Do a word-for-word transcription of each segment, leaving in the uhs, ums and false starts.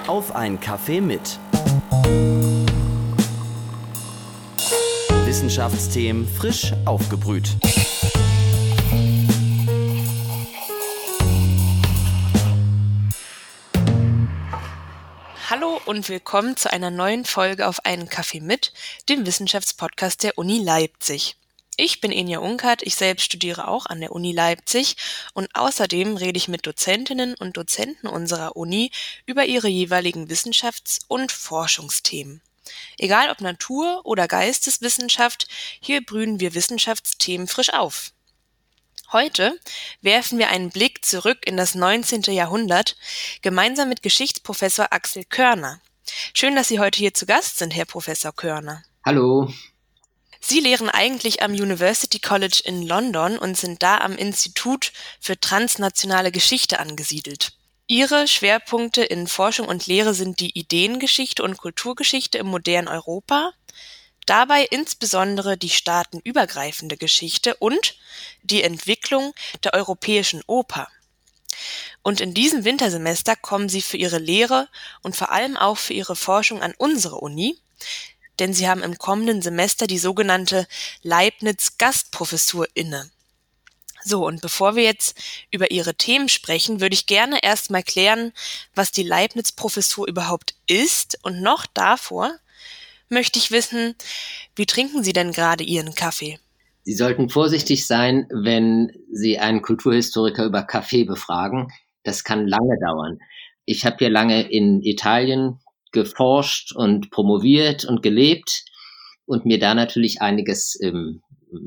Auf ein Kaffee mit. Wissenschaftsthemen frisch aufgebrüht. Hallo und willkommen zu einer neuen Folge auf einen Kaffee mit, dem Wissenschaftspodcast der Uni Leipzig. Ich bin Enja Unkert, ich selbst studiere auch an der Uni Leipzig und außerdem rede ich mit Dozentinnen und Dozenten unserer Uni über ihre jeweiligen Wissenschafts- und Forschungsthemen. Egal ob Natur- oder Geisteswissenschaft, hier brühen wir Wissenschaftsthemen frisch auf. Heute werfen wir einen Blick zurück in das neunzehnte Jahrhundert, gemeinsam mit Geschichtsprofessor Axel Körner. Schön, dass Sie heute hier zu Gast sind, Herr Professor Körner. Hallo. Sie lehren eigentlich am University College in London und sind da am Institut für transnationale Geschichte angesiedelt. Ihre Schwerpunkte in Forschung und Lehre sind die Ideengeschichte und Kulturgeschichte im modernen Europa, dabei insbesondere die staatenübergreifende Geschichte und die Entwicklung der europäischen Oper. Und in diesem Wintersemester kommen Sie für Ihre Lehre und vor allem auch für Ihre Forschung an unsere Uni, denn Sie haben im kommenden Semester die sogenannte Leibniz-Gastprofessur inne. So, und bevor wir jetzt über Ihre Themen sprechen, würde ich gerne erstmal klären, was die Leibniz-Professur überhaupt ist, und noch davor möchte ich wissen, wie trinken Sie denn gerade Ihren Kaffee? Sie sollten vorsichtig sein, wenn Sie einen Kulturhistoriker über Kaffee befragen. Das kann lange dauern. Ich habe hier lange in Italien geforscht und promoviert und gelebt und mir da natürlich einiges ähm,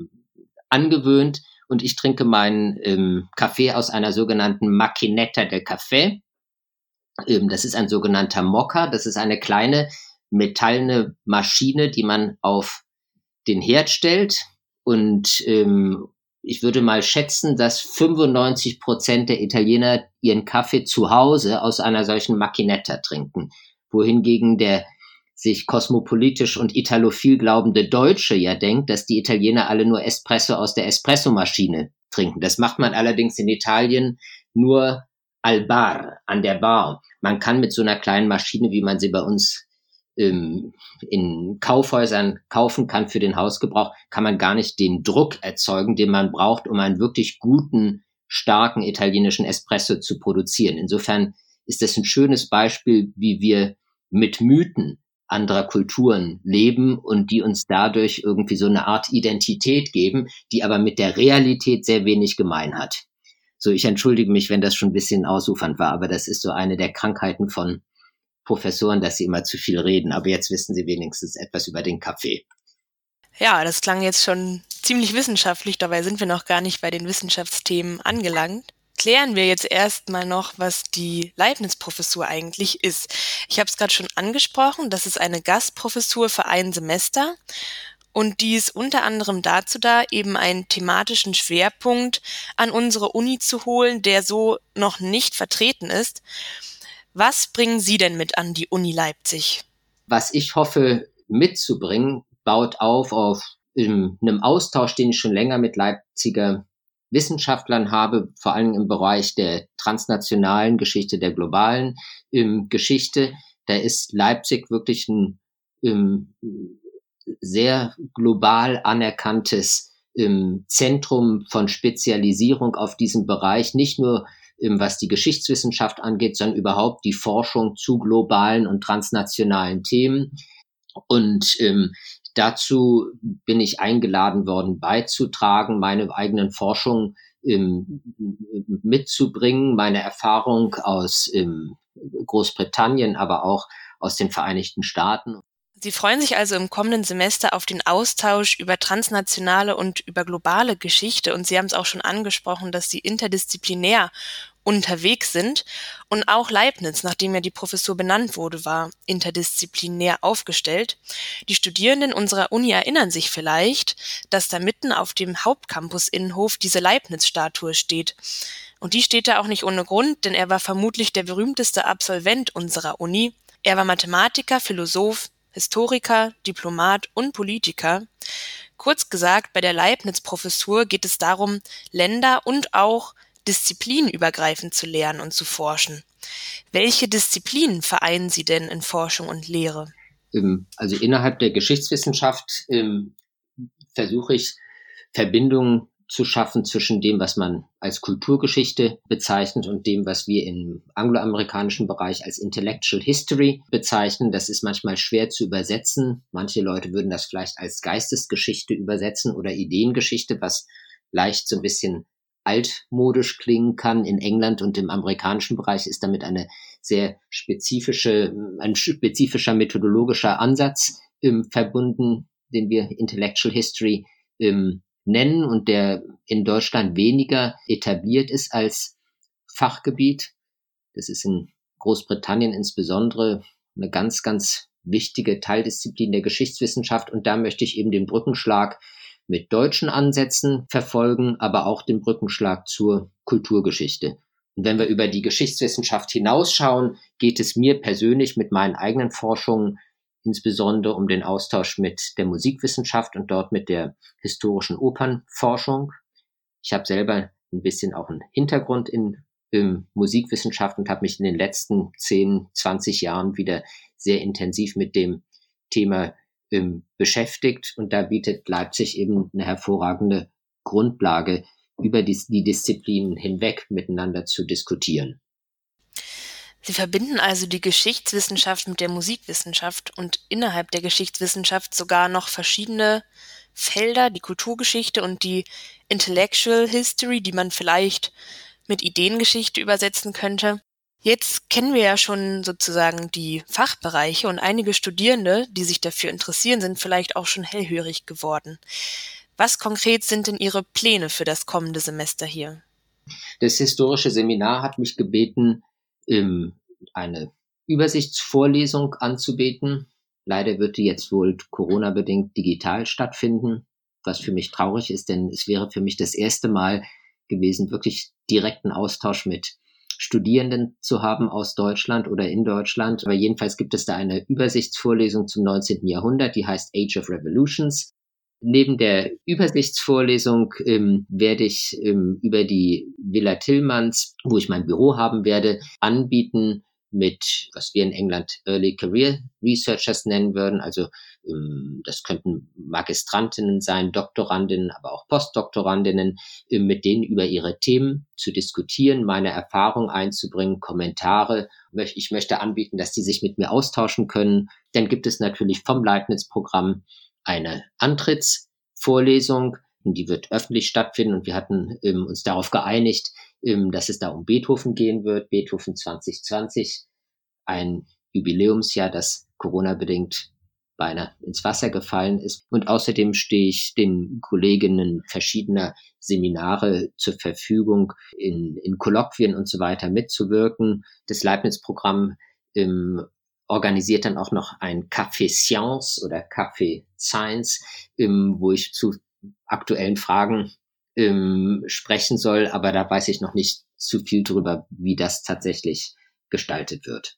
angewöhnt. Und ich trinke meinen ähm, Kaffee aus einer sogenannten Macchinetta del Café. Ähm, das ist ein sogenannter Mokka. Das ist eine kleine metallene Maschine, die man auf den Herd stellt. Und ähm, ich würde mal schätzen, dass fünfundneunzig Prozent der Italiener ihren Kaffee zu Hause aus einer solchen Macchinetta trinken, wohingegen der sich kosmopolitisch und italophil glaubende Deutsche ja denkt, dass die Italiener alle nur Espresso aus der Espressomaschine trinken. Das macht man allerdings in Italien nur al bar, an der Bar. Man kann mit so einer kleinen Maschine, wie man sie bei uns ähm, in Kaufhäusern kaufen kann für den Hausgebrauch, kann man gar nicht den Druck erzeugen, den man braucht, um einen wirklich guten, starken italienischen Espresso zu produzieren. Insofern ist das ein schönes Beispiel, wie wir mit Mythen anderer Kulturen leben und die uns dadurch irgendwie so eine Art Identität geben, die aber mit der Realität sehr wenig gemein hat. So, ich entschuldige mich, wenn das schon ein bisschen ausufernd war, aber das ist so eine der Krankheiten von Professoren, dass sie immer zu viel reden. Aber jetzt wissen Sie wenigstens etwas über den Kaffee. Ja, das klang jetzt schon ziemlich wissenschaftlich, dabei sind wir noch gar nicht bei den Wissenschaftsthemen angelangt. Klären wir jetzt erstmal noch, was die Leibniz-Professur eigentlich ist. Ich habe es gerade schon angesprochen, das ist eine Gastprofessur für ein Semester und die ist unter anderem dazu da, eben einen thematischen Schwerpunkt an unsere Uni zu holen, der so noch nicht vertreten ist. Was bringen Sie denn mit an die Uni Leipzig? Was ich hoffe mitzubringen, baut auf auf in einem Austausch, den ich schon länger mit Leipziger Wissenschaftlern habe, vor allem im Bereich der transnationalen Geschichte, der globalen ähm, Geschichte. Da ist Leipzig wirklich ein ähm, sehr global anerkanntes ähm, Zentrum von Spezialisierung auf diesem Bereich, nicht nur ähm, was die Geschichtswissenschaft angeht, sondern überhaupt die Forschung zu globalen und transnationalen Themen. Und ähm, dazu bin ich eingeladen worden, beizutragen, meine eigenen Forschungen ähm, mitzubringen, meine Erfahrung aus ähm, Großbritannien, aber auch aus den Vereinigten Staaten. Sie freuen sich also im kommenden Semester auf den Austausch über transnationale und über globale Geschichte. Und Sie haben es auch schon angesprochen, dass Sie interdisziplinär unterwegs sind. Und auch Leibniz, nachdem ja die Professur benannt wurde, war interdisziplinär aufgestellt. Die Studierenden unserer Uni erinnern sich vielleicht, dass da mitten auf dem Hauptcampus-Innenhof diese Leibniz-Statue steht. Und die steht da auch nicht ohne Grund, denn er war vermutlich der berühmteste Absolvent unserer Uni. Er war Mathematiker, Philosoph, Historiker, Diplomat und Politiker. Kurz gesagt, bei der Leibniz-Professur geht es darum, Länder und auch disziplinübergreifend zu lernen und zu forschen. Welche Disziplinen vereinen Sie denn in Forschung und Lehre? Also innerhalb der Geschichtswissenschaft ähm, versuche ich Verbindungen zu schaffen zwischen dem, was man als Kulturgeschichte bezeichnet und dem, was wir im angloamerikanischen Bereich als Intellectual History bezeichnen. Das ist manchmal schwer zu übersetzen. Manche Leute würden das vielleicht als Geistesgeschichte übersetzen oder Ideengeschichte, was leicht so ein bisschen altmodisch klingen kann. In England und im amerikanischen Bereich ist damit eine sehr spezifische, ein spezifischer methodologischer Ansatz ähm, verbunden, den wir Intellectual History ähm, nennen und der in Deutschland weniger etabliert ist als Fachgebiet. Das ist in Großbritannien insbesondere eine ganz, ganz wichtige Teildisziplin der Geschichtswissenschaft. Und da möchte ich eben den Brückenschlag mit deutschen Ansätzen verfolgen, aber auch den Brückenschlag zur Kulturgeschichte. Und wenn wir über die Geschichtswissenschaft hinausschauen, geht es mir persönlich mit meinen eigenen Forschungen insbesondere um den Austausch mit der Musikwissenschaft und dort mit der historischen Opernforschung. Ich habe selber ein bisschen auch einen Hintergrund in, in Musikwissenschaft und habe mich in den letzten zehn, zwanzig Jahren wieder sehr intensiv mit dem Thema ähm, beschäftigt. Und da bietet Leipzig eben eine hervorragende Grundlage, über die, die Disziplinen hinweg miteinander zu diskutieren. Sie verbinden also die Geschichtswissenschaft mit der Musikwissenschaft und innerhalb der Geschichtswissenschaft sogar noch verschiedene Felder, die Kulturgeschichte und die Intellectual History, die man vielleicht mit Ideengeschichte übersetzen könnte. Jetzt kennen wir ja schon sozusagen die Fachbereiche und einige Studierende, die sich dafür interessieren, sind vielleicht auch schon hellhörig geworden. Was konkret sind denn Ihre Pläne für das kommende Semester hier? Das historische Seminar hat mich gebeten, eine Übersichtsvorlesung anzubieten. Leider wird die jetzt wohl Corona-bedingt digital stattfinden, was für mich traurig ist, denn es wäre für mich das erste Mal gewesen, wirklich direkten Austausch mit Studierenden zu haben aus Deutschland oder in Deutschland. Aber jedenfalls gibt es da eine Übersichtsvorlesung zum neunzehnten Jahrhundert, die heißt Age of Revolutions. Neben der Übersichtsvorlesung ähm, werde ich ähm, über die Villa Tillmans, wo ich mein Büro haben werde, anbieten mit, was wir in England Early Career Researchers nennen würden. Also ähm, das könnten Magistrantinnen sein, Doktorandinnen, aber auch Postdoktorandinnen, äh, mit denen über ihre Themen zu diskutieren, meine Erfahrung einzubringen, Kommentare. Ich möchte anbieten, dass die sich mit mir austauschen können. Dann gibt es natürlich vom Leibniz-Programm eine Antrittsvorlesung, die wird öffentlich stattfinden und wir hatten ähm, uns darauf geeinigt, ähm, dass es da um Beethoven gehen wird, Beethoven zwanzig zwanzig, ein Jubiläumsjahr, das Corona-bedingt beinahe ins Wasser gefallen ist. Und außerdem stehe ich den Kolleginnen verschiedener Seminare zur Verfügung, in, in Kolloquien und so weiter mitzuwirken. Das Leibniz-Programm ähm, organisiert dann auch noch ein Café Science oder Café Science, ähm, wo ich zu aktuellen Fragen ähm, sprechen soll, aber da weiß ich noch nicht zu viel drüber, wie das tatsächlich gestaltet wird.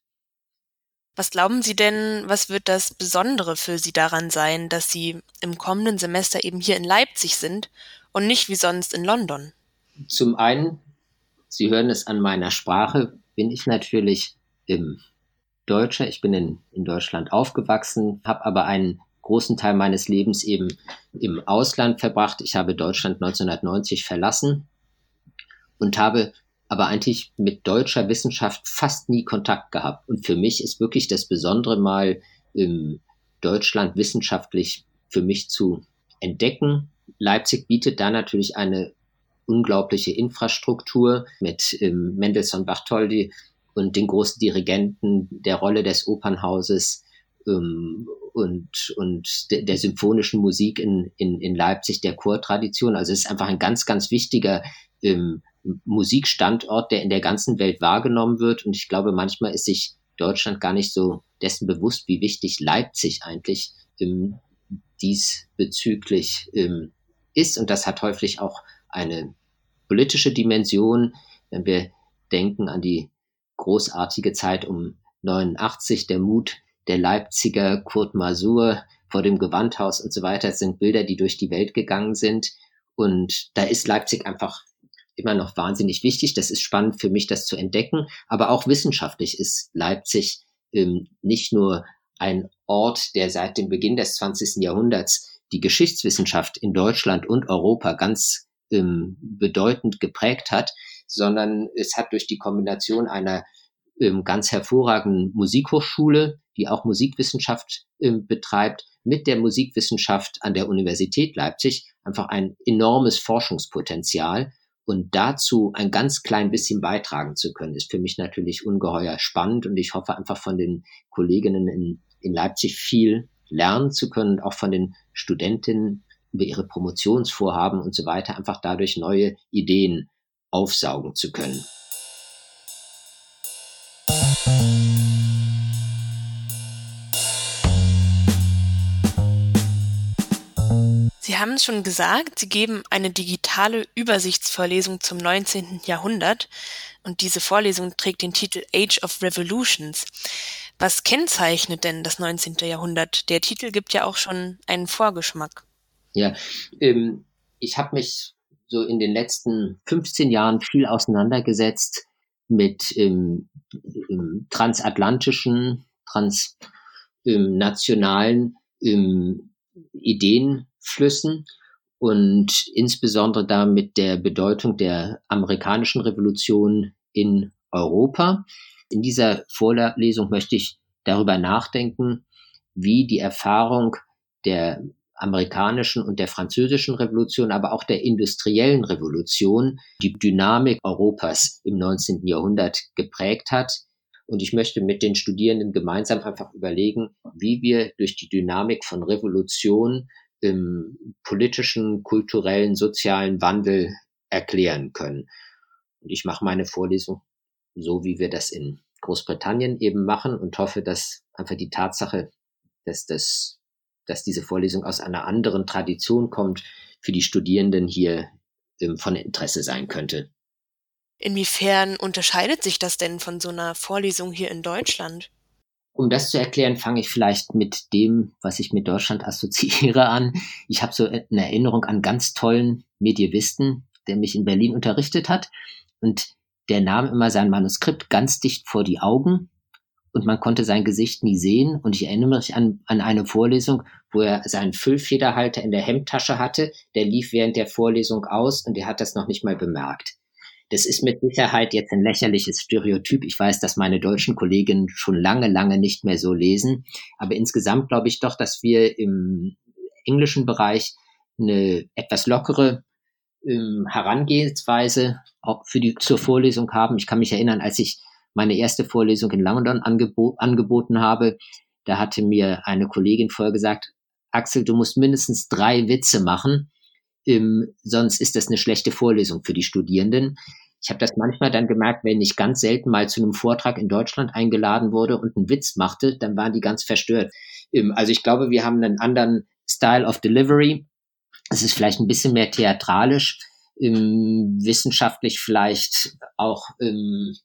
Was glauben Sie denn, was wird das Besondere für Sie daran sein, dass Sie im kommenden Semester eben hier in Leipzig sind und nicht wie sonst in London? Zum einen, Sie hören es an meiner Sprache, bin ich natürlich im Deutscher. Ich bin in, in Deutschland aufgewachsen, habe aber einen großen Teil meines Lebens eben im Ausland verbracht. Ich habe Deutschland neunzehnhundertneunzig verlassen und habe aber eigentlich mit deutscher Wissenschaft fast nie Kontakt gehabt. Und für mich ist wirklich das Besondere mal in Deutschland wissenschaftlich für mich zu entdecken. Leipzig bietet da natürlich eine unglaubliche Infrastruktur mit ähm, Mendelssohn Bartholdy und den großen Dirigenten, der Rolle des Opernhauses ähm, und, und de, der symphonischen Musik in, in, in Leipzig, der Chortradition. Also es ist einfach ein ganz, ganz wichtiger ähm, Musikstandort, der in der ganzen Welt wahrgenommen wird. Und ich glaube, manchmal ist sich Deutschland gar nicht so dessen bewusst, wie wichtig Leipzig eigentlich ähm, diesbezüglich ähm, ist. Und das hat häufig auch eine politische Dimension, wenn wir denken an die großartige Zeit um neunundachtzig, der Mut der Leipziger, Kurt Masur vor dem Gewandhaus und so weiter. Das sind Bilder, die durch die Welt gegangen sind. Und da ist Leipzig einfach immer noch wahnsinnig wichtig. Das ist spannend für mich, das zu entdecken. Aber auch wissenschaftlich ist Leipzig ähm, nicht nur ein Ort, der seit dem Beginn des zwanzigsten Jahrhunderts die Geschichtswissenschaft in Deutschland und Europa ganz ähm, bedeutend geprägt hat, sondern es hat durch die Kombination einer ähm, ganz hervorragenden Musikhochschule, die auch Musikwissenschaft ähm, betreibt, mit der Musikwissenschaft an der Universität Leipzig einfach ein enormes Forschungspotenzial. Und dazu ein ganz klein bisschen beitragen zu können, ist für mich natürlich ungeheuer spannend. Und ich hoffe einfach von den Kolleginnen in, in Leipzig viel lernen zu können, auch von den Studentinnen über ihre Promotionsvorhaben und so weiter, einfach dadurch neue Ideen aufsaugen zu können. Sie haben es schon gesagt, Sie geben eine digitale Übersichtsvorlesung zum neunzehnten Jahrhundert und diese Vorlesung trägt den Titel Age of Revolutions. Was kennzeichnet denn das neunzehnte Jahrhundert? Der Titel gibt ja auch schon einen Vorgeschmack. Ja, ähm, ich habe mich so in den letzten fünfzehn Jahren viel auseinandergesetzt mit ähm, ähm, transatlantischen, transnationalen ähm, Ideenflüssen und insbesondere da mit der Bedeutung der amerikanischen Revolution in Europa. In dieser Vorlesung möchte ich darüber nachdenken, wie die Erfahrung der amerikanischen und der französischen Revolution, aber auch der industriellen Revolution die Dynamik Europas im neunzehnten Jahrhundert geprägt hat. Und ich möchte mit den Studierenden gemeinsam einfach überlegen, wie wir durch die Dynamik von Revolution im politischen, kulturellen, sozialen Wandel erklären können. Und ich mache meine Vorlesung so, wie wir das in Großbritannien eben machen und hoffe, dass einfach die Tatsache, dass das, dass diese Vorlesung aus einer anderen Tradition kommt, für die Studierenden hier ähm, von Interesse sein könnte. Inwiefern unterscheidet sich das denn von so einer Vorlesung hier in Deutschland? Um das zu erklären, fange ich vielleicht mit dem, was ich mit Deutschland assoziiere, an. Ich habe so eine Erinnerung an einen ganz tollen Medievisten, der mich in Berlin unterrichtet hat. Und der nahm immer sein Manuskript ganz dicht vor die Augen und man konnte sein Gesicht nie sehen. Und ich erinnere mich an, an eine Vorlesung, wo er seinen Füllfederhalter in der Hemdtasche hatte. Der lief während der Vorlesung aus und er hat das noch nicht mal bemerkt. Das ist mit Sicherheit jetzt ein lächerliches Stereotyp. Ich weiß, dass meine deutschen Kolleginnen schon lange, lange nicht mehr so lesen. Aber insgesamt glaube ich doch, dass wir im englischen Bereich eine etwas lockere ähm, Herangehensweise auch für die, zur Vorlesung haben. Ich kann mich erinnern, als ich meine erste Vorlesung in London angebo- angeboten habe, da hatte mir eine Kollegin vorher gesagt, Axel, du musst mindestens drei Witze machen, ähm, sonst ist das eine schlechte Vorlesung für die Studierenden. Ich habe das manchmal dann gemerkt, wenn ich ganz selten mal zu einem Vortrag in Deutschland eingeladen wurde und einen Witz machte, dann waren die ganz verstört. Ähm, also ich glaube, wir haben einen anderen Style of Delivery. Es ist vielleicht ein bisschen mehr theatralisch, ähm, wissenschaftlich vielleicht auch ähm,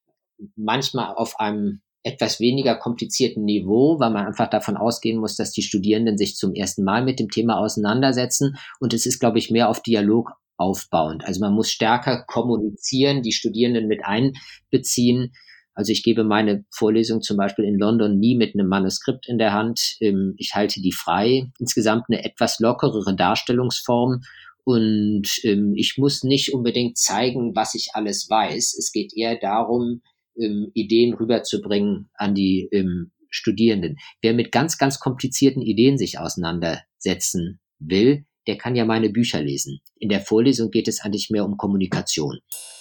manchmal auf einem etwas weniger komplizierten Niveau, weil man einfach davon ausgehen muss, dass die Studierenden sich zum ersten Mal mit dem Thema auseinandersetzen. Und es ist, glaube ich, mehr auf Dialog aufbauend. Also man muss stärker kommunizieren, die Studierenden mit einbeziehen. Also ich gebe meine Vorlesung zum Beispiel in London nie mit einem Manuskript in der Hand. Ich halte die frei. Insgesamt eine etwas lockerere Darstellungsform. Und ich muss nicht unbedingt zeigen, was ich alles weiß. Es geht eher darum, Ähm, Ideen rüberzubringen an die ähm, Studierenden. Wer mit ganz, ganz komplizierten Ideen sich auseinandersetzen will, der kann ja meine Bücher lesen. In der Vorlesung geht es eigentlich mehr um Kommunikation.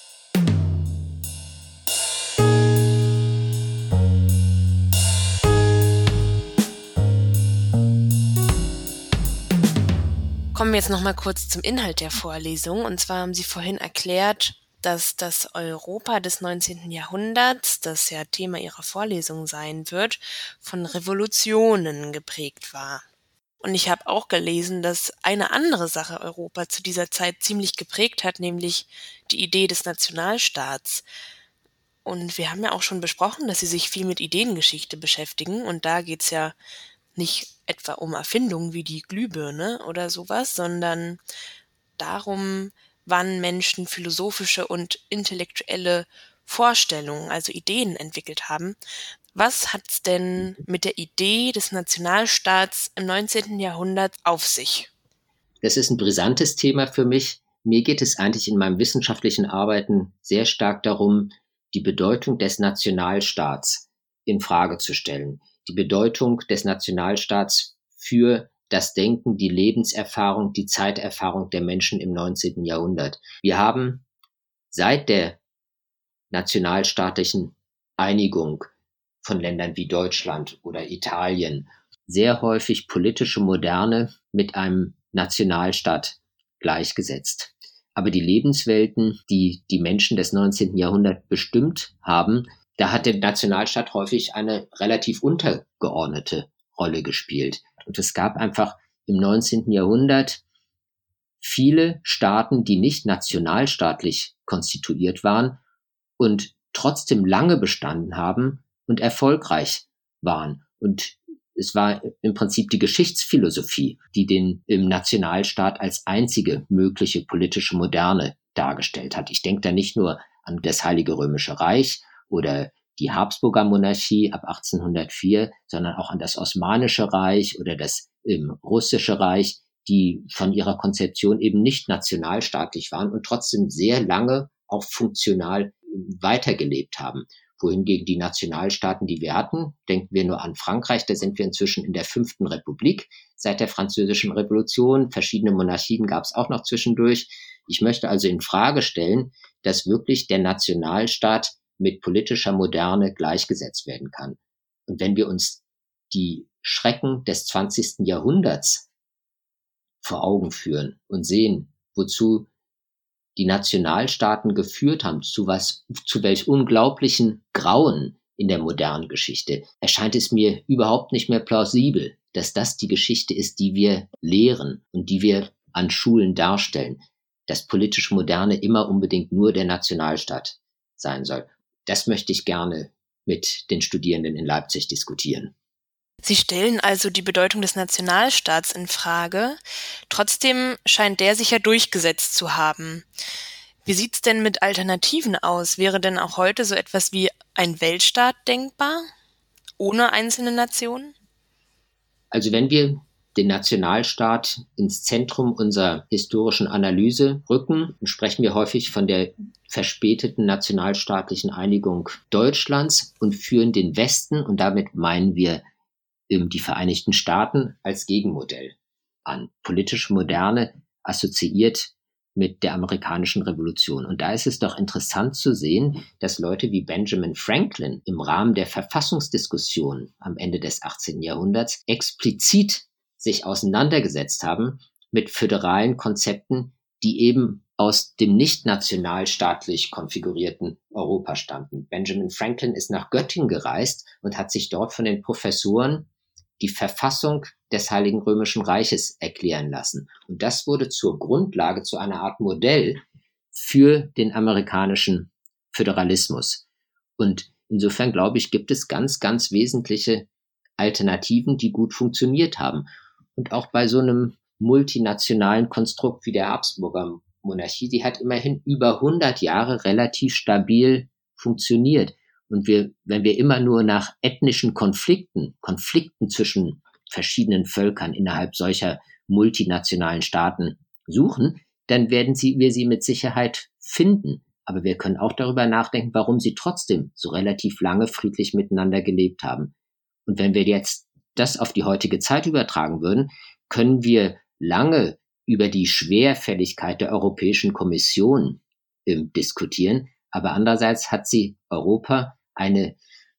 Kommen wir jetzt noch mal kurz zum Inhalt der Vorlesung. Und zwar haben Sie vorhin erklärt, dass das Europa des neunzehnten Jahrhunderts, das ja Thema Ihrer Vorlesung sein wird, von Revolutionen geprägt war. Und ich habe auch gelesen, dass eine andere Sache Europa zu dieser Zeit ziemlich geprägt hat, nämlich die Idee des Nationalstaats. Und wir haben ja auch schon besprochen, dass Sie sich viel mit Ideengeschichte beschäftigen. Und da geht's ja nicht etwa um Erfindungen wie die Glühbirne oder sowas, sondern darum, wann Menschen philosophische und intellektuelle Vorstellungen, also Ideen entwickelt haben. Was hat es denn mit der Idee des Nationalstaats im neunzehnten. Jahrhundert auf sich? Das ist ein brisantes Thema für mich. Mir geht es eigentlich in meinem wissenschaftlichen Arbeiten sehr stark darum, die Bedeutung des Nationalstaats in Frage zu stellen. Die Bedeutung des Nationalstaats für das Denken, die Lebenserfahrung, die Zeiterfahrung der Menschen im neunzehnten. Jahrhundert. Wir haben seit der nationalstaatlichen Einigung von Ländern wie Deutschland oder Italien sehr häufig politische Moderne mit einem Nationalstaat gleichgesetzt. Aber die Lebenswelten, die die Menschen des neunzehnten. Jahrhunderts bestimmt haben, da hat der Nationalstaat häufig eine relativ untergeordnete Rolle gespielt. Und es gab einfach im neunzehnten. Jahrhundert viele Staaten, die nicht nationalstaatlich konstituiert waren und trotzdem lange bestanden haben und erfolgreich waren. Und es war im Prinzip die Geschichtsphilosophie, die den im Nationalstaat als einzige mögliche politische Moderne dargestellt hat. Ich denke da nicht nur an das Heilige Römische Reich oder die Habsburger Monarchie ab achtzehnhundertvier, sondern auch an das Osmanische Reich oder das ähm, Russische Reich, die von ihrer Konzeption eben nicht nationalstaatlich waren und trotzdem sehr lange auch funktional weitergelebt haben. Wohingegen die Nationalstaaten, die wir hatten, denken wir nur an Frankreich, da sind wir inzwischen in der fünften Republik seit der Französischen Revolution. Verschiedene Monarchien gab es auch noch zwischendurch. Ich möchte also in Frage stellen, dass wirklich der Nationalstaat mit politischer Moderne gleichgesetzt werden kann. Und wenn wir uns die Schrecken des zwanzigsten. Jahrhunderts vor Augen führen und sehen, wozu die Nationalstaaten geführt haben, zu was, zu welch unglaublichen Grauen in der modernen Geschichte, erscheint es mir überhaupt nicht mehr plausibel, dass das die Geschichte ist, die wir lehren und die wir an Schulen darstellen, dass politische Moderne immer unbedingt nur der Nationalstaat sein soll. Das möchte ich gerne mit den Studierenden in Leipzig diskutieren. Sie stellen also die Bedeutung des Nationalstaats in Frage. Trotzdem scheint der sich ja durchgesetzt zu haben. Wie sieht's denn mit Alternativen aus? Wäre denn auch heute so etwas wie ein Weltstaat denkbar, ohne einzelne Nationen? Also wenn wir den Nationalstaat ins Zentrum unserer historischen Analyse rücken, sprechen wir häufig von der verspäteten nationalstaatlichen Einigung Deutschlands und führen den Westen, und damit meinen wir die Vereinigten Staaten, als Gegenmodell an. Politische Moderne assoziiert mit der amerikanischen Revolution. Und da ist es doch interessant zu sehen, dass Leute wie Benjamin Franklin im Rahmen der Verfassungsdiskussion am Ende des achtzehnten. Jahrhunderts explizit sich auseinandergesetzt haben mit föderalen Konzepten, die eben aus dem nicht nationalstaatlich konfigurierten Europa stammten. Benjamin Franklin ist nach Göttingen gereist und hat sich dort von den Professoren die Verfassung des Heiligen Römischen Reiches erklären lassen. Und das wurde zur Grundlage, zu einer Art Modell für den amerikanischen Föderalismus. Und insofern, glaube ich, gibt es ganz, ganz wesentliche Alternativen, die gut funktioniert haben. Und auch bei so einem multinationalen Konstrukt wie der Habsburger Monarchie, die hat immerhin über hundert Jahre relativ stabil funktioniert. Und wir, wenn wir immer nur nach ethnischen Konflikten, Konflikten zwischen verschiedenen Völkern innerhalb solcher multinationalen Staaten suchen, dann werden sie, wir sie mit Sicherheit finden. Aber wir können auch darüber nachdenken, warum sie trotzdem so relativ lange friedlich miteinander gelebt haben. Und wenn wir jetzt das auf die heutige Zeit übertragen würden, können wir lange über die Schwerfälligkeit der Europäischen Kommission äh, diskutieren. Aber andererseits hat sie Europa eine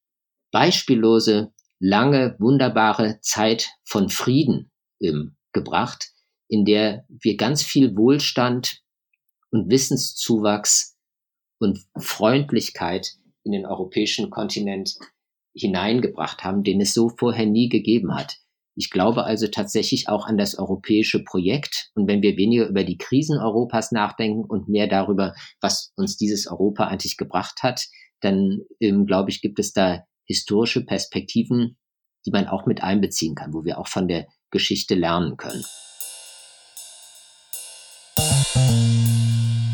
beispiellose, lange, wunderbare Zeit von Frieden ähm, gebracht, in der wir ganz viel Wohlstand und Wissenszuwachs und Freundlichkeit in den europäischen Kontinent hineingebracht haben, den es so vorher nie gegeben hat. Ich glaube also tatsächlich auch an das europäische Projekt. Und wenn wir weniger über die Krisen Europas nachdenken und mehr darüber, was uns dieses Europa eigentlich gebracht hat, dann ähm, glaube ich, gibt es da historische Perspektiven, die man auch mit einbeziehen kann, wo wir auch von der Geschichte lernen können.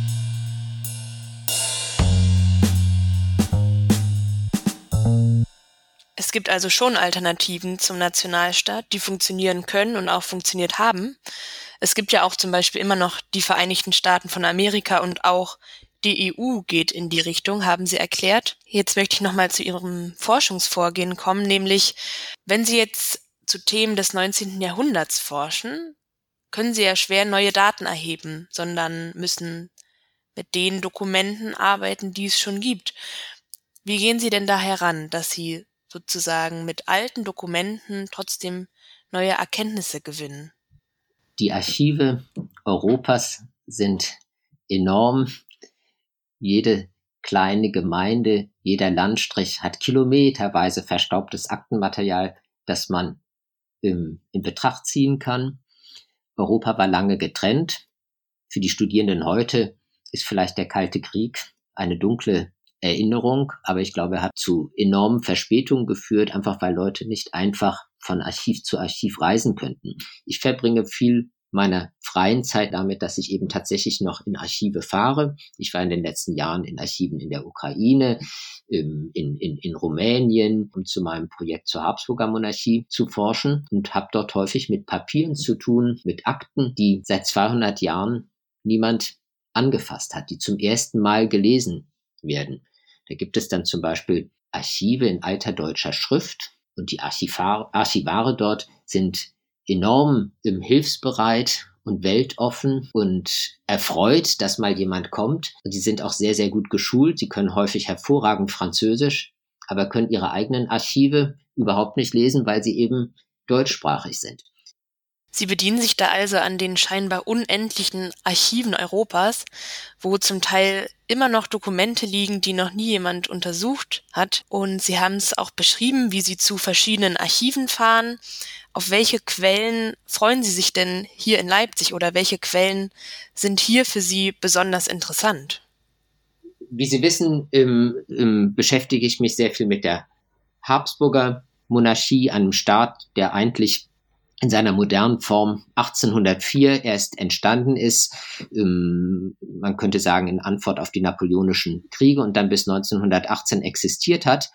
Es gibt also schon Alternativen zum Nationalstaat, die funktionieren können und auch funktioniert haben. Es gibt ja auch zum Beispiel immer noch die Vereinigten Staaten von Amerika und auch die E U geht in die Richtung, haben Sie erklärt. Jetzt möchte ich nochmal zu Ihrem Forschungsvorgehen kommen, nämlich wenn Sie jetzt zu Themen des neunzehnten Jahrhunderts forschen, können Sie ja schwer neue Daten erheben, sondern müssen mit den Dokumenten arbeiten, die es schon gibt. Wie gehen Sie denn da heran, dass Sie sozusagen mit alten Dokumenten trotzdem neue Erkenntnisse gewinnen? Die Archive Europas sind enorm. Jede kleine Gemeinde, jeder Landstrich hat kilometerweise verstaubtes Aktenmaterial, das man im, in Betracht ziehen kann. Europa war lange getrennt. Für die Studierenden heute ist vielleicht der Kalte Krieg eine dunkle Erinnerung, aber ich glaube, er hat zu enormen Verspätungen geführt, einfach weil Leute nicht einfach von Archiv zu Archiv reisen könnten. Ich verbringe viel meiner freien Zeit damit, dass ich eben tatsächlich noch in Archive fahre. Ich war in den letzten Jahren in Archiven in der Ukraine, in, in, in Rumänien, um zu meinem Projekt zur Habsburger Monarchie zu forschen und habe dort häufig mit Papieren zu tun, mit Akten, die seit zweihundert Jahren niemand angefasst hat, die zum ersten Mal gelesen werden. Da gibt es dann zum Beispiel Archive in alter deutscher Schrift und die Archivar, Archivare dort sind enorm im hilfsbereit und weltoffen und erfreut, dass mal jemand kommt. Und die sind auch sehr, sehr gut geschult. Sie können häufig hervorragend Französisch, aber können ihre eigenen Archive überhaupt nicht lesen, weil sie eben deutschsprachig sind. Sie bedienen sich da also an den scheinbar unendlichen Archiven Europas, wo zum Teil immer noch Dokumente liegen, die noch nie jemand untersucht hat. Und Sie haben es auch beschrieben, wie Sie zu verschiedenen Archiven fahren. Auf welche Quellen freuen Sie sich denn hier in Leipzig oder welche Quellen sind hier für Sie besonders interessant? Wie Sie wissen, ähm, ähm, beschäftige ich mich sehr viel mit der Habsburger Monarchie, einem Staat, der eigentlich in seiner modernen Form achtzehnhundertvier erst entstanden ist. Ähm, man könnte sagen, in Antwort auf die napoleonischen Kriege und dann bis neunzehnhundertachtzehn existiert hat.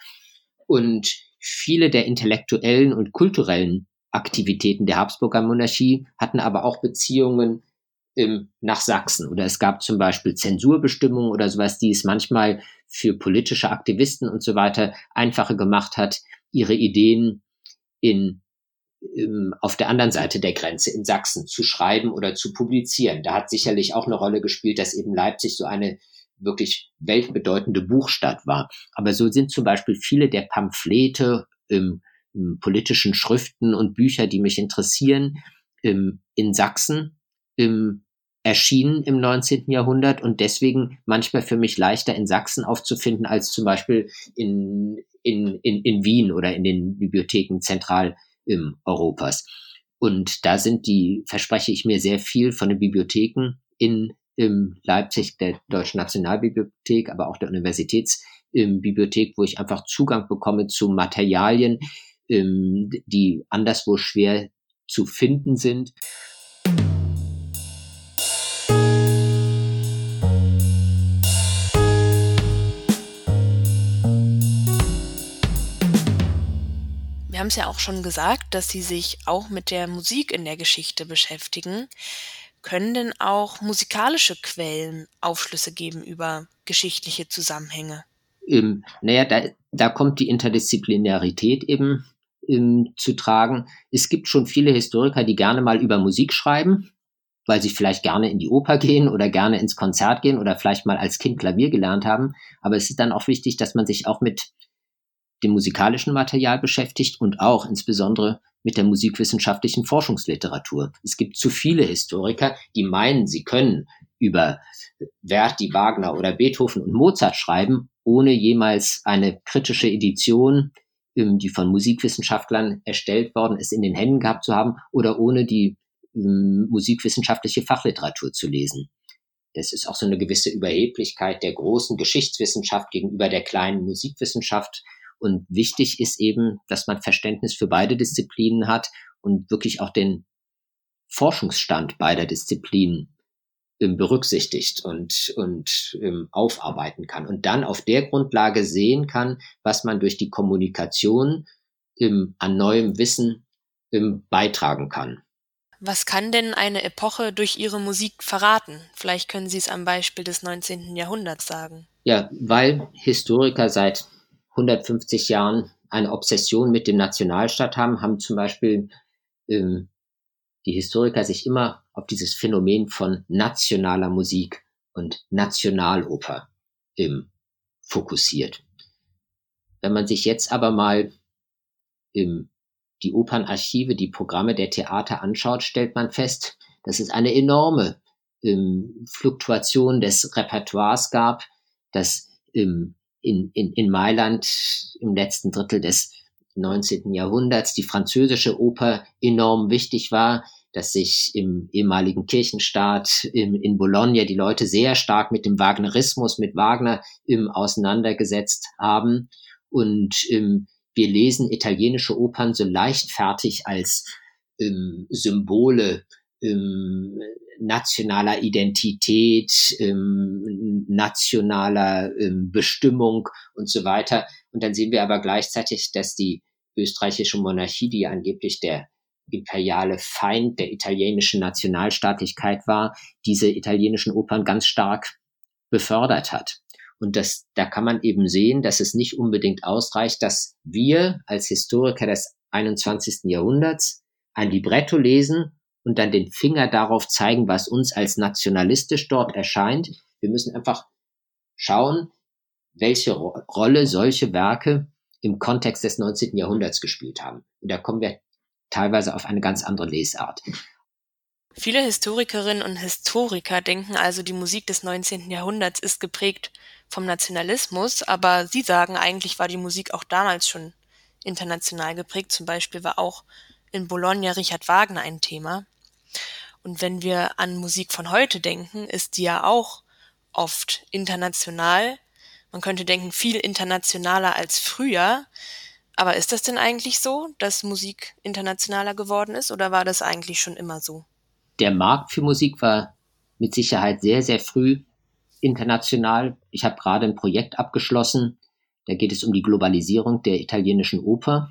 Und viele der intellektuellen und kulturellen Aktivitäten der Habsburger Monarchie hatten aber auch Beziehungen ähm, nach Sachsen. Oder es gab zum Beispiel Zensurbestimmungen oder sowas, die es manchmal für politische Aktivisten und so weiter einfacher gemacht hat, ihre Ideen in auf der anderen Seite der Grenze in Sachsen zu schreiben oder zu publizieren. Da hat sicherlich auch eine Rolle gespielt, dass eben Leipzig so eine wirklich weltbedeutende Buchstadt war. Aber so sind zum Beispiel viele der Pamphlete, ähm, politischen Schriften und Bücher, die mich interessieren, ähm, in Sachsen ähm, erschienen im neunzehnten Jahrhundert und deswegen manchmal für mich leichter in Sachsen aufzufinden als zum Beispiel in, in, in, in Wien oder in den Bibliotheken zentral im Europas. Und da sind die, verspreche ich mir sehr viel von den Bibliotheken in, in Leipzig, der Deutschen Nationalbibliothek, aber auch der Universitätsbibliothek, wo ich einfach Zugang bekomme zu Materialien, die anderswo schwer zu finden sind. Wir haben es ja auch schon gesagt, dass Sie sich auch mit der Musik in der Geschichte beschäftigen. Können denn auch musikalische Quellen Aufschlüsse geben über geschichtliche Zusammenhänge? Ähm, naja, da, da kommt die Interdisziplinarität eben ähm, zu tragen. Es gibt schon viele Historiker, die gerne mal über Musik schreiben, weil sie vielleicht gerne in die Oper gehen oder gerne ins Konzert gehen oder vielleicht mal als Kind Klavier gelernt haben. Aber es ist dann auch wichtig, dass man sich auch mit dem musikalischen Material beschäftigt und auch insbesondere mit der musikwissenschaftlichen Forschungsliteratur. Es gibt zu viele Historiker, die meinen, sie können über Verdi, Wagner oder Beethoven und Mozart schreiben, ohne jemals eine kritische Edition, die von Musikwissenschaftlern erstellt worden ist, in den Händen gehabt zu haben oder ohne die ähm, musikwissenschaftliche Fachliteratur zu lesen. Das ist auch so eine gewisse Überheblichkeit der großen Geschichtswissenschaft gegenüber der kleinen Musikwissenschaft. Und wichtig ist eben, dass man Verständnis für beide Disziplinen hat und wirklich auch den Forschungsstand beider Disziplinen ähm, berücksichtigt und, und ähm, aufarbeiten kann und dann auf der Grundlage sehen kann, was man durch die Kommunikation ähm, an neuem Wissen ähm, beitragen kann. Was kann denn eine Epoche durch ihre Musik verraten? Vielleicht können Sie es am Beispiel des neunzehnten Jahrhunderts sagen. Ja, weil Historiker seit hundertfünfzig Jahren eine Obsession mit dem Nationalstaat haben, haben zum Beispiel ähm, die Historiker sich immer auf dieses Phänomen von nationaler Musik und Nationaloper ähm, fokussiert. Wenn man sich jetzt aber mal ähm, die Opernarchive, die Programme der Theater anschaut, stellt man fest, dass es eine enorme ähm, Fluktuation des Repertoires gab, dass ähm, in, in, in Mailand im letzten Drittel des neunzehnten Jahrhunderts die französische Oper enorm wichtig war, dass sich im ehemaligen Kirchenstaat im, in Bologna die Leute sehr stark mit dem Wagnerismus, mit Wagner im, auseinandergesetzt haben und ähm, wir lesen italienische Opern so leichtfertig als ähm, Symbole ähm, nationaler Identität, ähm, nationaler ähm, Bestimmung und so weiter. Und dann sehen wir aber gleichzeitig, dass die österreichische Monarchie, die ja angeblich der imperiale Feind der italienischen Nationalstaatlichkeit war, diese italienischen Opern ganz stark befördert hat. Und das, da kann man eben sehen, dass es nicht unbedingt ausreicht, dass wir als Historiker des einundzwanzigsten Jahrhunderts ein Libretto lesen und dann den Finger darauf zeigen, was uns als nationalistisch dort erscheint. Wir müssen einfach schauen, welche Ro- Rolle solche Werke im Kontext des neunzehnten Jahrhunderts gespielt haben. Und da kommen wir teilweise auf eine ganz andere Lesart. Viele Historikerinnen und Historiker denken also, die Musik des neunzehnten Jahrhunderts ist geprägt vom Nationalismus, aber Sie sagen, eigentlich war die Musik auch damals schon international geprägt. Zum Beispiel war auch in Bologna Richard Wagner ein Thema. Und wenn wir an Musik von heute denken, ist die ja auch oft international. Man könnte denken, viel internationaler als früher. Aber ist das denn eigentlich so, dass Musik internationaler geworden ist, oder war das eigentlich schon immer so? Der Markt für Musik war mit Sicherheit sehr, sehr früh international. Ich habe gerade ein Projekt abgeschlossen, da geht es um die Globalisierung der italienischen Oper.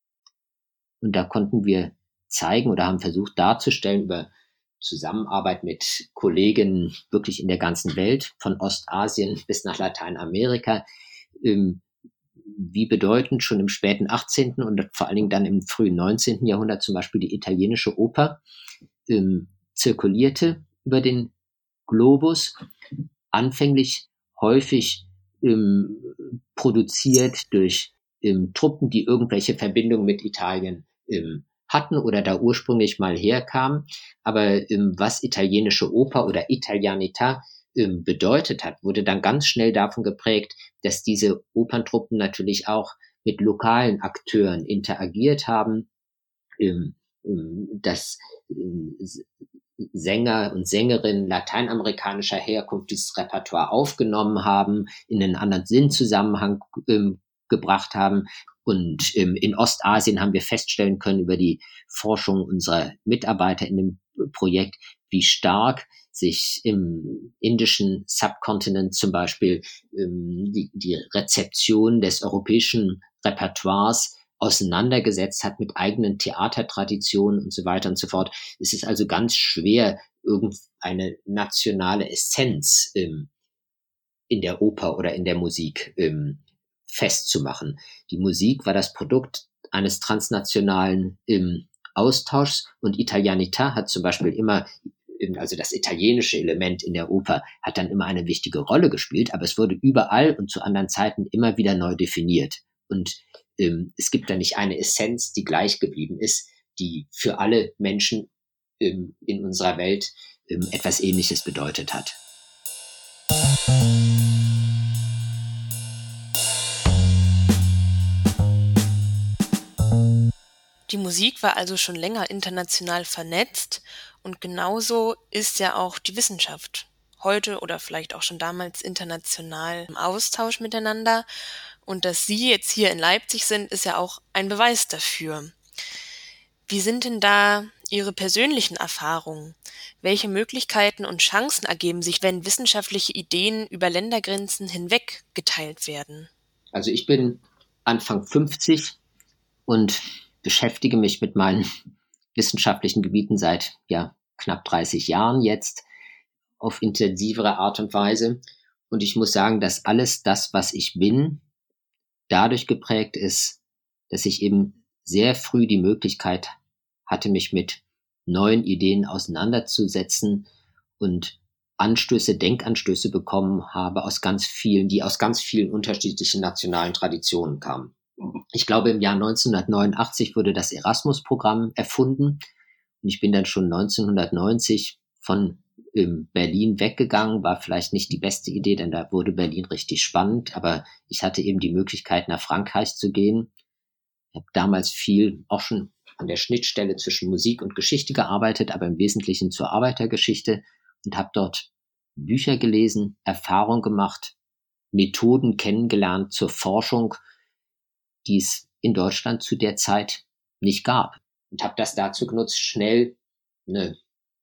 Und da konnten wir zeigen oder haben versucht darzustellen über Zusammenarbeit mit Kollegen wirklich in der ganzen Welt, von Ostasien bis nach Lateinamerika, ähm, wie bedeutend schon im späten achtzehnten und vor allen Dingen dann im frühen neunzehnten Jahrhundert zum Beispiel die italienische Oper ähm, zirkulierte über den Globus, anfänglich häufig ähm, produziert durch ähm, Truppen, die irgendwelche Verbindungen mit Italien ähm, hatten oder da ursprünglich mal herkamen. Aber ähm, was italienische Oper oder Italianità ähm, bedeutet hat, wurde dann ganz schnell davon geprägt, dass diese Operntruppen natürlich auch mit lokalen Akteuren interagiert haben, ähm, ähm, dass ähm, Sänger und Sängerinnen lateinamerikanischer Herkunft dieses Repertoire aufgenommen haben, in einen anderen Sinnzusammenhang ähm, gebracht haben. Und ähm, in Ostasien haben wir feststellen können über die Forschung unserer Mitarbeiter in dem Projekt, wie stark sich im indischen Subkontinent zum Beispiel ähm, die, die Rezeption des europäischen Repertoires auseinandergesetzt hat mit eigenen Theatertraditionen und so weiter und so fort. Es ist also ganz schwer, irgendeine nationale Essenz ähm, in der Oper oder in der Musik ähm, festzumachen. Die Musik war das Produkt eines transnationalen ähm, Austauschs und Italianità hat zum Beispiel immer, also das italienische Element in der Oper hat dann immer eine wichtige Rolle gespielt, aber es wurde überall und zu anderen Zeiten immer wieder neu definiert. Und ähm, es gibt da nicht eine Essenz, die gleich geblieben ist, die für alle Menschen ähm, in unserer Welt ähm, etwas Ähnliches bedeutet hat. Die Musik war also schon länger international vernetzt und genauso ist ja auch die Wissenschaft heute oder vielleicht auch schon damals international im Austausch miteinander. Und dass Sie jetzt hier in Leipzig sind, ist ja auch ein Beweis dafür. Wie sind denn da Ihre persönlichen Erfahrungen. Welche Möglichkeiten und Chancen ergeben sich, wenn wissenschaftliche Ideen über Ländergrenzen hinweg geteilt werden? Also ich bin Anfang fünfzig und beschäftige mich mit meinen wissenschaftlichen Gebieten seit ja, knapp dreißig Jahren jetzt auf intensivere Art und Weise. Und ich muss sagen, dass alles das, was ich bin, dadurch geprägt ist, dass ich eben sehr früh die Möglichkeit hatte, mich mit neuen Ideen auseinanderzusetzen und Anstöße, Denkanstöße bekommen habe aus ganz vielen, die aus ganz vielen unterschiedlichen nationalen Traditionen kamen. Ich glaube, im Jahr neunzehnhundertneunundachtzig wurde das Erasmus-Programm erfunden und ich bin dann schon neunzehnhundertneunzig von ähm, Berlin weggegangen. War vielleicht nicht die beste Idee, denn da wurde Berlin richtig spannend, aber ich hatte eben die Möglichkeit, nach Frankreich zu gehen. Ich habe damals viel auch schon an der Schnittstelle zwischen Musik und Geschichte gearbeitet, aber im Wesentlichen zur Arbeitergeschichte und habe dort Bücher gelesen, Erfahrung gemacht, Methoden kennengelernt zur Forschung, die es in Deutschland zu der Zeit nicht gab. Und habe das dazu genutzt, schnell eine,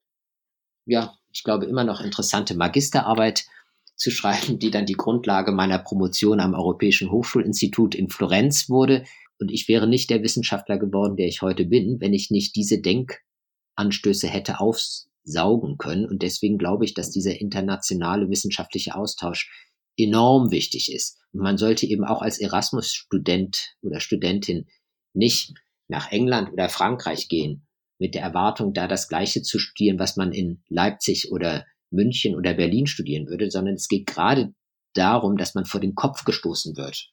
ja, ich glaube immer noch interessante Magisterarbeit zu schreiben, die dann die Grundlage meiner Promotion am Europäischen Hochschulinstitut in Florenz wurde. Und ich wäre nicht der Wissenschaftler geworden, der ich heute bin, wenn ich nicht diese Denkanstöße hätte aufsaugen können. Und deswegen glaube ich, dass dieser internationale wissenschaftliche Austausch enorm wichtig ist. Und man sollte eben auch als Erasmus-Student oder Studentin nicht nach England oder Frankreich gehen, mit der Erwartung, da das Gleiche zu studieren, was man in Leipzig oder München oder Berlin studieren würde, sondern es geht gerade darum, dass man vor den Kopf gestoßen wird.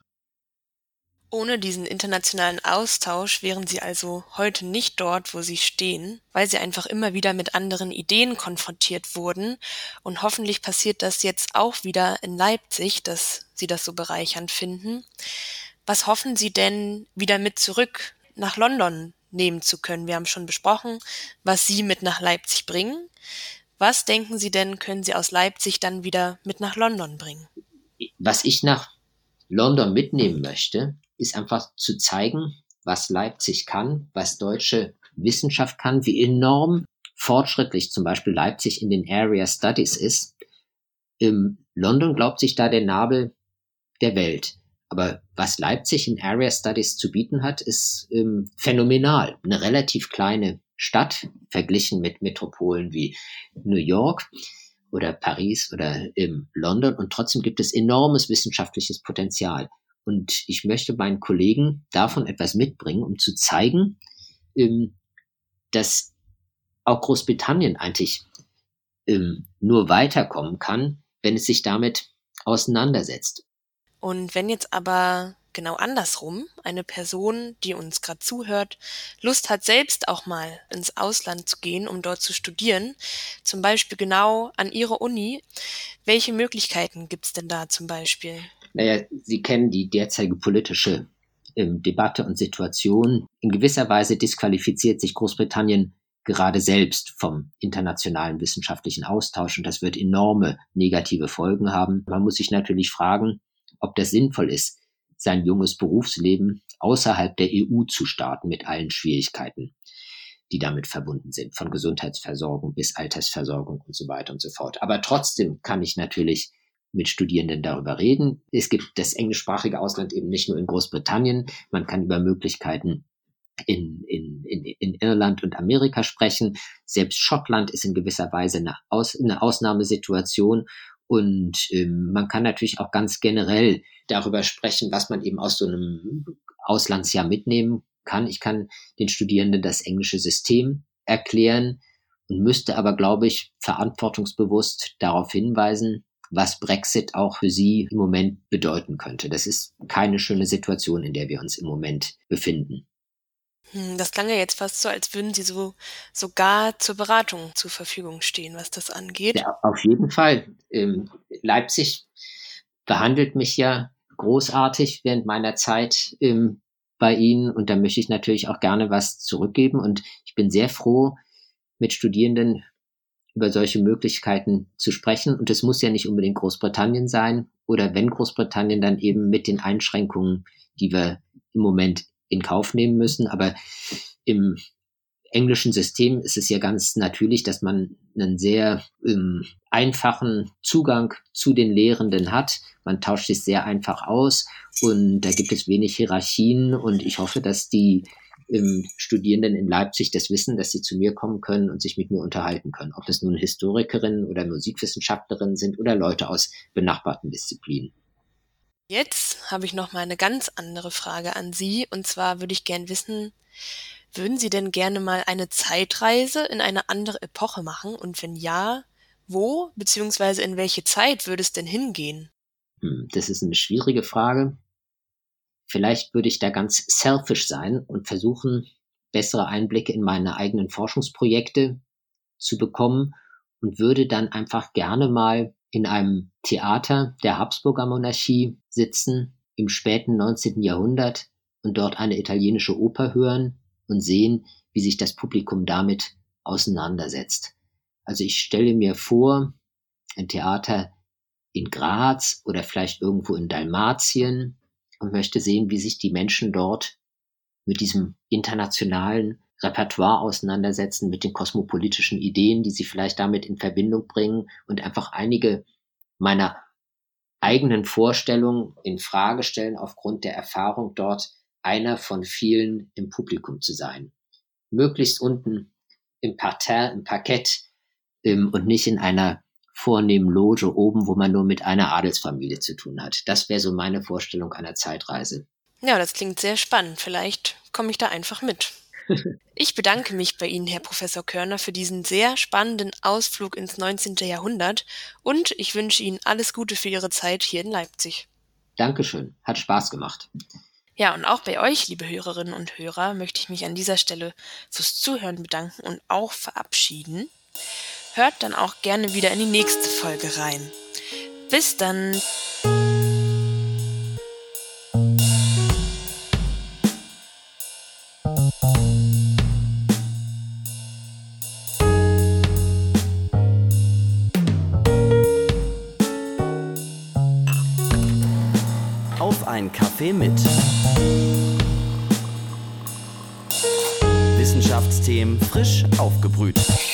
Ohne diesen internationalen Austausch wären Sie also heute nicht dort, wo Sie stehen, weil Sie einfach immer wieder mit anderen Ideen konfrontiert wurden. Und hoffentlich passiert das jetzt auch wieder in Leipzig, dass Sie das so bereichernd finden. Was hoffen Sie denn, wieder mit zurück nach London nehmen zu können? Wir haben schon besprochen, was Sie mit nach Leipzig bringen. Was denken Sie denn, können Sie aus Leipzig dann wieder mit nach London bringen? Was ich nach London mitnehmen möchte, ist einfach zu zeigen, was Leipzig kann, was deutsche Wissenschaft kann, wie enorm fortschrittlich zum Beispiel Leipzig in den Area Studies ist. In London glaubt sich da der Nabel der Welt. Aber was Leipzig in Area Studies zu bieten hat, ist ähm, phänomenal. Eine relativ kleine Stadt, verglichen mit Metropolen wie New York oder Paris oder ähm, London. Und trotzdem gibt es enormes wissenschaftliches Potenzial. Und ich möchte meinen Kollegen davon etwas mitbringen, um zu zeigen, ähm, dass auch Großbritannien eigentlich ähm, nur weiterkommen kann, wenn es sich damit auseinandersetzt. Und wenn jetzt aber genau andersrum eine Person, die uns gerade zuhört, Lust hat, selbst auch mal ins Ausland zu gehen, um dort zu studieren, zum Beispiel genau an ihre Uni, welche Möglichkeiten gibt es denn da zum Beispiel? Naja, Sie kennen die derzeitige politische ähm, Debatte und Situation. In gewisser Weise disqualifiziert sich Großbritannien gerade selbst vom internationalen wissenschaftlichen Austausch und das wird enorme negative Folgen haben. Man muss sich natürlich fragen, ob das sinnvoll ist, sein junges Berufsleben außerhalb der E U zu starten mit allen Schwierigkeiten, die damit verbunden sind, von Gesundheitsversorgung bis Altersversorgung und so weiter und so fort. Aber trotzdem kann ich natürlich mit Studierenden darüber reden. Es gibt das englischsprachige Ausland eben nicht nur in Großbritannien. Man kann über Möglichkeiten in, in, in, in Irland und Amerika sprechen. Selbst Schottland ist in gewisser Weise eine, Aus, eine Ausnahmesituation. Und ähm, man kann natürlich auch ganz generell darüber sprechen, was man eben aus so einem Auslandsjahr mitnehmen kann. Ich kann den Studierenden das englische System erklären und müsste aber, glaube ich, verantwortungsbewusst darauf hinweisen, was Brexit auch für sie im Moment bedeuten könnte. Das ist keine schöne Situation, in der wir uns im Moment befinden. Das klang ja jetzt fast so, als würden Sie so sogar zur Beratung zur Verfügung stehen, was das angeht. Ja, auf jeden Fall. Ähm, Leipzig behandelt mich ja großartig während meiner Zeit ähm, bei Ihnen und da möchte ich natürlich auch gerne was zurückgeben und ich bin sehr froh, mit Studierenden über solche Möglichkeiten zu sprechen und es muss ja nicht unbedingt Großbritannien sein oder wenn Großbritannien, dann eben mit den Einschränkungen, die wir im Moment in Kauf nehmen müssen, aber im englischen System ist es ja ganz natürlich, dass man einen sehr ähm, einfachen Zugang zu den Lehrenden hat. Man tauscht sich sehr einfach aus und da gibt es wenig Hierarchien und ich hoffe, dass die ähm, Studierenden in Leipzig das wissen, dass sie zu mir kommen können und sich mit mir unterhalten können. Ob das nun Historikerinnen oder Musikwissenschaftlerinnen sind oder Leute aus benachbarten Disziplinen. Jetzt habe ich noch mal eine ganz andere Frage an Sie und zwar würde ich gern wissen, würden Sie denn gerne mal eine Zeitreise in eine andere Epoche machen und wenn ja, wo bzw. in welche Zeit würde es denn hingehen? Hm, das ist eine schwierige Frage. Vielleicht würde ich da ganz selfish sein und versuchen, bessere Einblicke in meine eigenen Forschungsprojekte zu bekommen und würde dann einfach gerne mal in einem Theater der Habsburger Monarchie sitzen im späten neunzehnten Jahrhundert und dort eine italienische Oper hören und sehen, wie sich das Publikum damit auseinandersetzt. Also ich stelle mir vor, ein Theater in Graz oder vielleicht irgendwo in Dalmatien und möchte sehen, wie sich die Menschen dort mit diesem internationalen Repertoire auseinandersetzen, mit den kosmopolitischen Ideen, die sie vielleicht damit in Verbindung bringen und einfach einige meiner eigenen Vorstellungen in Frage stellen, aufgrund der Erfahrung dort einer von vielen im Publikum zu sein. Möglichst unten im Parterre, im Parkett ähm, und nicht in einer vornehmen Loge oben, wo man nur mit einer Adelsfamilie zu tun hat. Das wäre so meine Vorstellung einer Zeitreise. Ja, das klingt sehr spannend. Vielleicht komme ich da einfach mit. Ich bedanke mich bei Ihnen, Herr Professor Körner, für diesen sehr spannenden Ausflug ins neunzehnten Jahrhundert und ich wünsche Ihnen alles Gute für Ihre Zeit hier in Leipzig. Dankeschön, hat Spaß gemacht. Ja, und auch bei euch, liebe Hörerinnen und Hörer, möchte ich mich an dieser Stelle fürs Zuhören bedanken und auch verabschieden. Hört dann auch gerne wieder in die nächste Folge rein. Bis dann! Auf ein Kaffee mit. Wissenschaftsthemen frisch aufgebrüht.